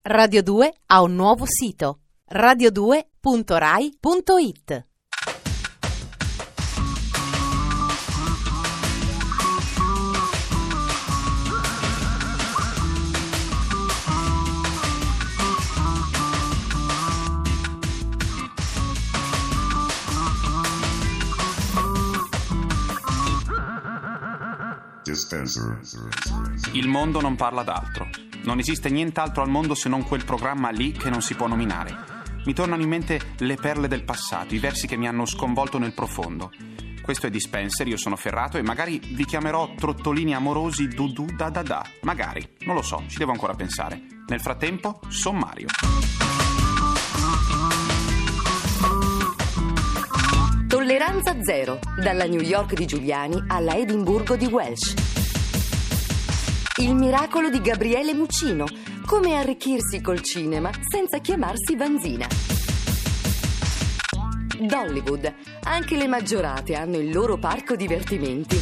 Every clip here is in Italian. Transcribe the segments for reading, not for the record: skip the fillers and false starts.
Radio 2 ha un nuovo sito: radio2.rai.it. Il mondo non parla d'altro. Non esiste nient'altro al mondo se non quel programma lì che non si può nominare. Mi tornano in mente le perle del passato, i versi che mi hanno sconvolto nel profondo. Questo è Dispenser, io sono Ferrato e magari vi chiamerò trottolini amorosi du da da da. Magari, non lo so, ci devo ancora pensare. Nel frattempo, sommario. Tolleranza zero, dalla New York di Giuliani alla Edimburgo di Welsh. Il miracolo di Gabriele Muccino, come arricchirsi col cinema senza chiamarsi Vanzina. Dollywood, anche le maggiorate hanno il loro parco divertimenti.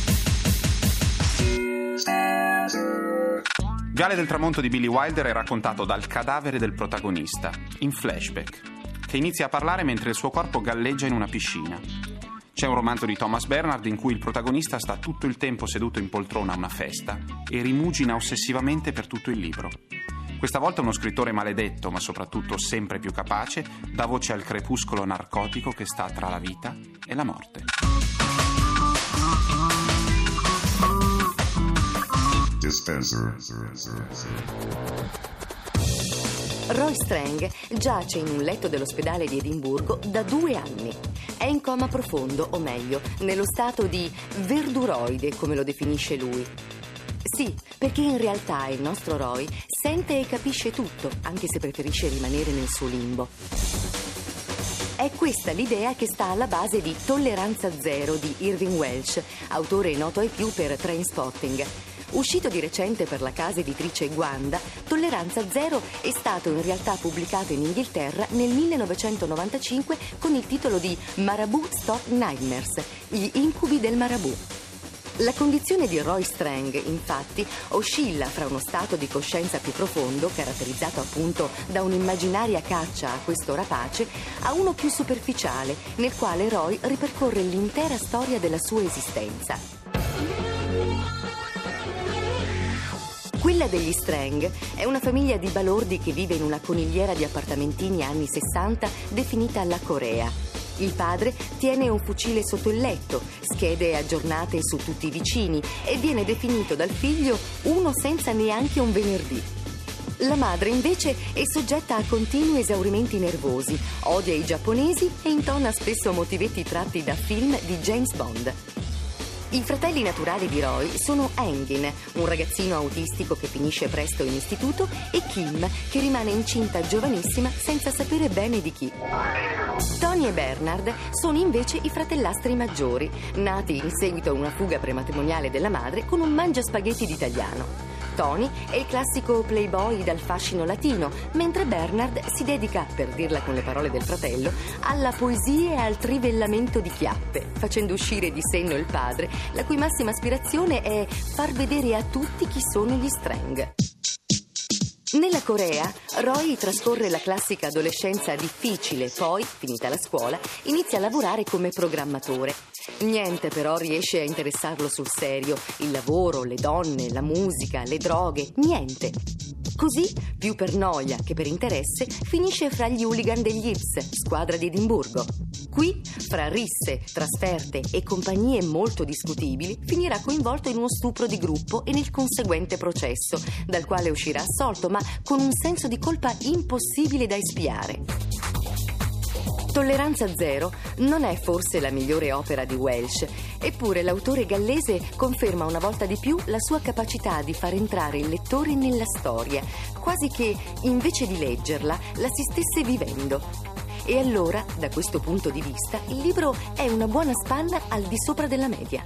Viale del tramonto di Billy Wilder è raccontato dal cadavere del protagonista, in flashback, che inizia a parlare mentre il suo corpo galleggia in una piscina. C'è un romanzo di Thomas Bernhard in cui il protagonista sta tutto il tempo seduto in poltrona a una festa e rimugina ossessivamente per tutto il libro. Questa volta uno scrittore maledetto, ma soprattutto sempre più capace, dà voce al crepuscolo narcotico che sta tra la vita e la morte. Roy Strang giace in un letto dell'ospedale di Edimburgo da 2 anni. È in coma profondo, o meglio, nello stato di verduroide, come lo definisce lui. Sì, perché in realtà il nostro Roy sente e capisce tutto, anche se preferisce rimanere nel suo limbo. È questa l'idea che sta alla base di Tolleranza zero di Irving Welsh, autore noto ai più per Trainspotting. Uscito di recente per la casa editrice Guanda, Tolleranza zero è stato in realtà pubblicato in Inghilterra nel 1995 con il titolo di Marabou Stop Nightmares, gli incubi del Marabù. La condizione di Roy Strang, infatti, oscilla fra uno stato di coscienza più profondo, caratterizzato appunto da un'immaginaria caccia a questo rapace, a uno più superficiale, nel quale Roy ripercorre l'intera storia della sua esistenza. Quella degli Strang è una famiglia di balordi che vive in una conigliera di appartamentini anni 60 definita la Corea. Il padre tiene un fucile sotto il letto, schede aggiornate su tutti i vicini e viene definito dal figlio uno senza neanche un venerdì. La madre invece è soggetta a continui esaurimenti nervosi, odia i giapponesi e intona spesso motivetti tratti da film di James Bond. I fratelli naturali di Roy sono Engin, un ragazzino autistico che finisce presto in istituto, e Kim, che rimane incinta giovanissima senza sapere bene di chi. Tony e Bernard sono invece i fratellastri maggiori, nati in seguito a una fuga prematrimoniale della madre con un mangiaspaghetti d'italiano. Tony è il classico playboy dal fascino latino, mentre Bernard si dedica, per dirla con le parole del fratello, alla poesia e al trivellamento di chiappe, facendo uscire di senno il padre, la cui massima aspirazione è far vedere a tutti chi sono gli Strang. Nella Corea, Roy trascorre la classica adolescenza difficile, poi, finita la scuola, inizia a lavorare come programmatore. Niente però riesce a interessarlo sul serio: il lavoro, le donne, la musica, le droghe, niente. Così, più per noia che per interesse, finisce fra gli hooligan degli Ips, squadra di Edimburgo. Qui, fra risse, trasferte e compagnie molto discutibili, finirà coinvolto in uno stupro di gruppo e nel conseguente processo, dal quale uscirà assolto, ma con un senso di colpa impossibile da espiare. Tolleranza zero non è forse la migliore opera di Welsh, eppure l'autore gallese conferma una volta di più la sua capacità di far entrare il lettore nella storia, quasi che, invece di leggerla, la si stesse vivendo. E allora, da questo punto di vista, il libro è una buona spanna al di sopra della media.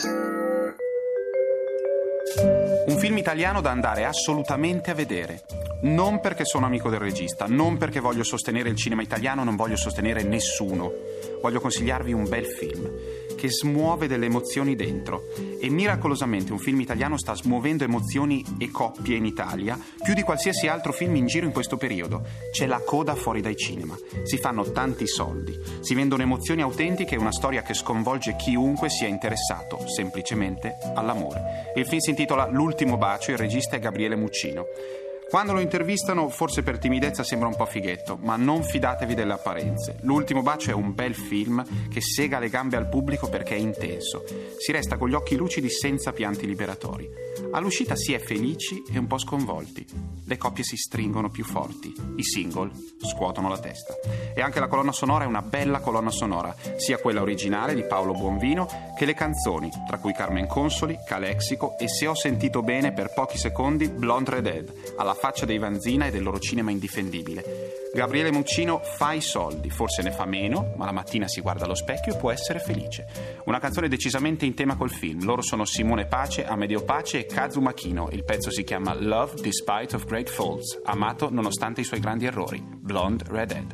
Un film italiano da andare assolutamente a vedere. non perché sono amico del regista, non perché voglio sostenere il cinema italiano, non voglio sostenere nessuno. Voglio consigliarvi un bel film che smuove delle emozioni dentro, e miracolosamente un film italiano sta smuovendo emozioni e coppie in Italia più di qualsiasi altro film in giro in questo periodo. C'è la coda fuori dai cinema, si fanno tanti soldi, si vendono emozioni autentiche e una storia che sconvolge chiunque sia interessato semplicemente all'amore. Il film si intitola L'ultimo bacio e il regista è Gabriele Muccino. Quando lo intervistano, forse per timidezza sembra un po' fighetto, ma non fidatevi delle apparenze. L'ultimo bacio è un bel film che sega le gambe al pubblico perché è intenso. Si resta con gli occhi lucidi senza pianti liberatori. All'uscita si è felici e un po' sconvolti. Le coppie si stringono più forti. I single scuotono la testa. E anche la colonna sonora è una bella colonna sonora, sia quella originale di Paolo Bonvino che le canzoni, tra cui Carmen Consoli, Calexico e, se ho sentito bene per pochi secondi, Blonde Redhead, alla faccia dei Vanzina e del loro cinema indifendibile. Gabriele Muccino fa i soldi, forse ne fa meno, ma la mattina si guarda allo specchio e può essere felice. Una canzone decisamente in tema col film. Loro sono Simone Pace, Amedeo Pace e Kazu Makino. Il pezzo si chiama Love Despite of Great Faults, amato nonostante i suoi grandi errori. Blonde Redhead.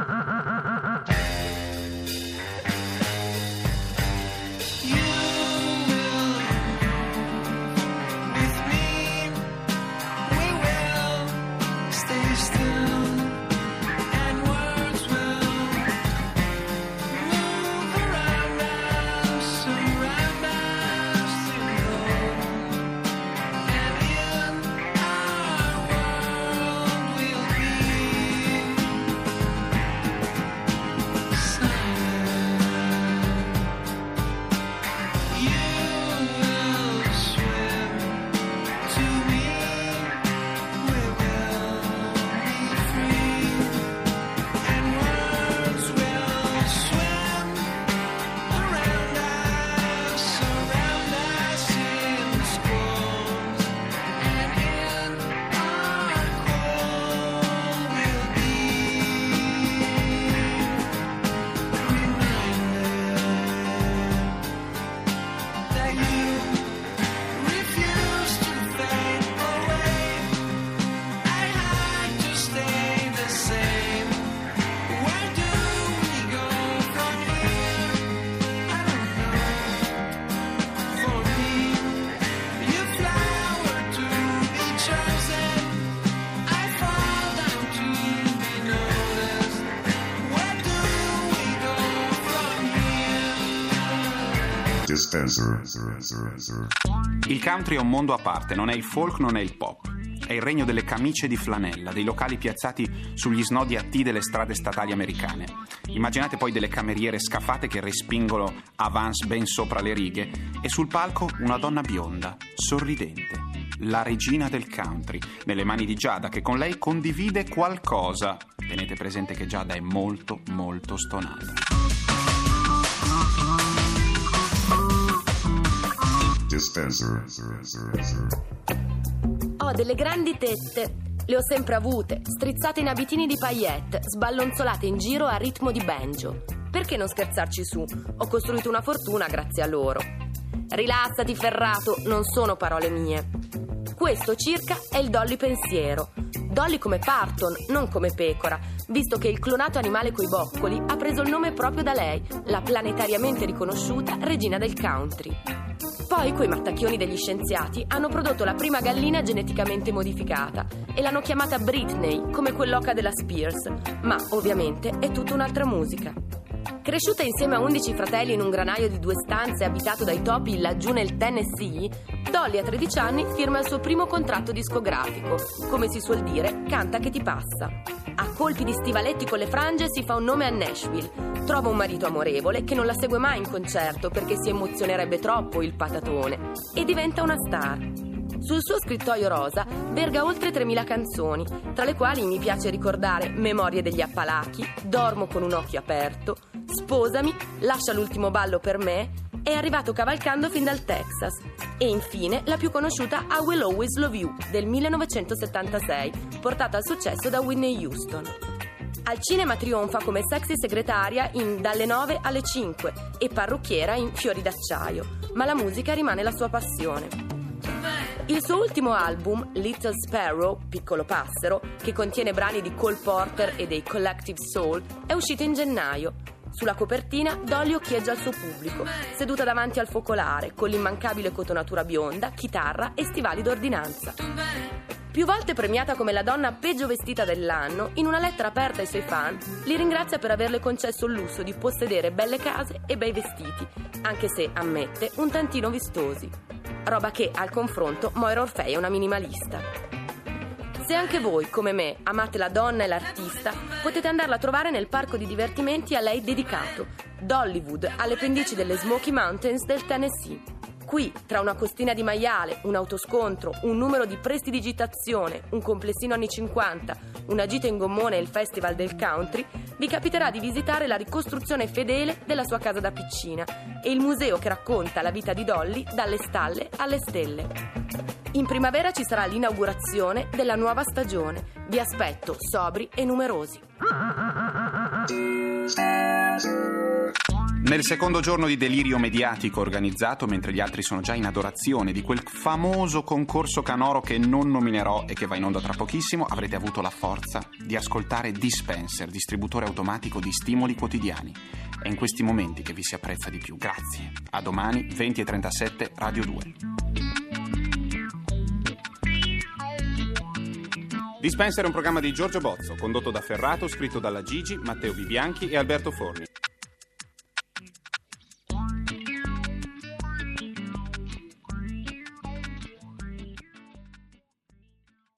Il country è un mondo a parte, non è il folk, non è il pop. È il regno delle camicie di flanella, dei locali piazzati sugli snodi a T delle strade statali americane. Immaginate poi delle cameriere scafate che respingono avance ben sopra le righe e sul palco una donna bionda, sorridente, la regina del country, nelle mani di Giada, che con lei condivide qualcosa. Tenete presente che Giada è molto, molto stonata. Ho delle grandi tette, le ho sempre avute, strizzate in abitini di paillette, sballonzolate in giro a ritmo di banjo. Perché non scherzarci su? Ho costruito una fortuna grazie a loro. Rilassati, ferrato, non sono parole mie. Questo circa è il Dolly pensiero. Dolly come Parton, non come pecora, visto che il clonato animale coi boccoli ha preso il nome proprio da lei, la planetariamente riconosciuta regina del country. Poi quei mattacchioni degli scienziati hanno prodotto la prima gallina geneticamente modificata e l'hanno chiamata Britney, come quell'oca della Spears, ma ovviamente è tutta un'altra musica. Cresciuta insieme a 11 fratelli in un granaio di 2 stanze abitato dai topi laggiù nel Tennessee, Dolly a 13 anni firma il suo primo contratto discografico. Come si suol dire, canta che ti passa. A colpi di stivaletti con le frange si fa un nome a Nashville. Trova un marito amorevole che non la segue mai in concerto perché si emozionerebbe troppo il patatone e diventa una star. Sul suo scrittoio rosa verga oltre 3.000 canzoni, tra le quali mi piace ricordare Memorie degli Appalachi, Dormo con un occhio aperto, Sposami, Lascia l'ultimo ballo per me, È arrivato cavalcando fin dal Texas e infine la più conosciuta I Will Always Love You del 1976, portata al successo da Whitney Houston. Al cinema trionfa come sexy segretaria in Dalle 9 alle 5 e parrucchiera in Fiori d'acciaio, ma la musica rimane la sua passione. Il suo ultimo album, Little Sparrow, Piccolo Passero, che contiene brani di Cole Porter e dei Collective Soul, è uscito in gennaio. Sulla copertina Dolly occhieggia al suo pubblico, seduta davanti al focolare, con l'immancabile cotonatura bionda, chitarra e stivali d'ordinanza. Più volte premiata come la donna peggio vestita dell'anno, in una lettera aperta ai suoi fan, li ringrazia per averle concesso il lusso di possedere belle case e bei vestiti, anche se, ammette, un tantino vistosi. Roba che, al confronto, Moira Orfei è una minimalista. Se anche voi, come me, amate la donna e l'artista, potete andarla a trovare nel parco di divertimenti a lei dedicato, Dollywood, alle pendici delle Smoky Mountains del Tennessee. Qui, tra una costina di maiale, un autoscontro, un numero di prestidigitazione, un complessino anni 50, una gita in gommone e il festival del country, vi capiterà di visitare la ricostruzione fedele della sua casa da piccina e il museo che racconta la vita di Dolly dalle stalle alle stelle. In primavera ci sarà l'inaugurazione della nuova stagione. Vi aspetto sobri e numerosi. Nel secondo giorno di delirio mediatico organizzato, mentre gli altri sono già in adorazione di quel famoso concorso canoro che non nominerò e che va in onda tra pochissimo, avrete avuto la forza di ascoltare Dispenser, distributore automatico di stimoli quotidiani. È in questi momenti che vi si apprezza di più. Grazie. A domani, 20:37, Radio 2. Dispenser è un programma di Giorgio Bozzo, condotto da Ferrato, scritto dalla Gigi, Matteo Bibianchi e Alberto Forni.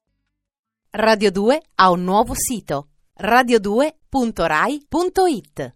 Radio 2 ha un nuovo sito: radio2.rai.it.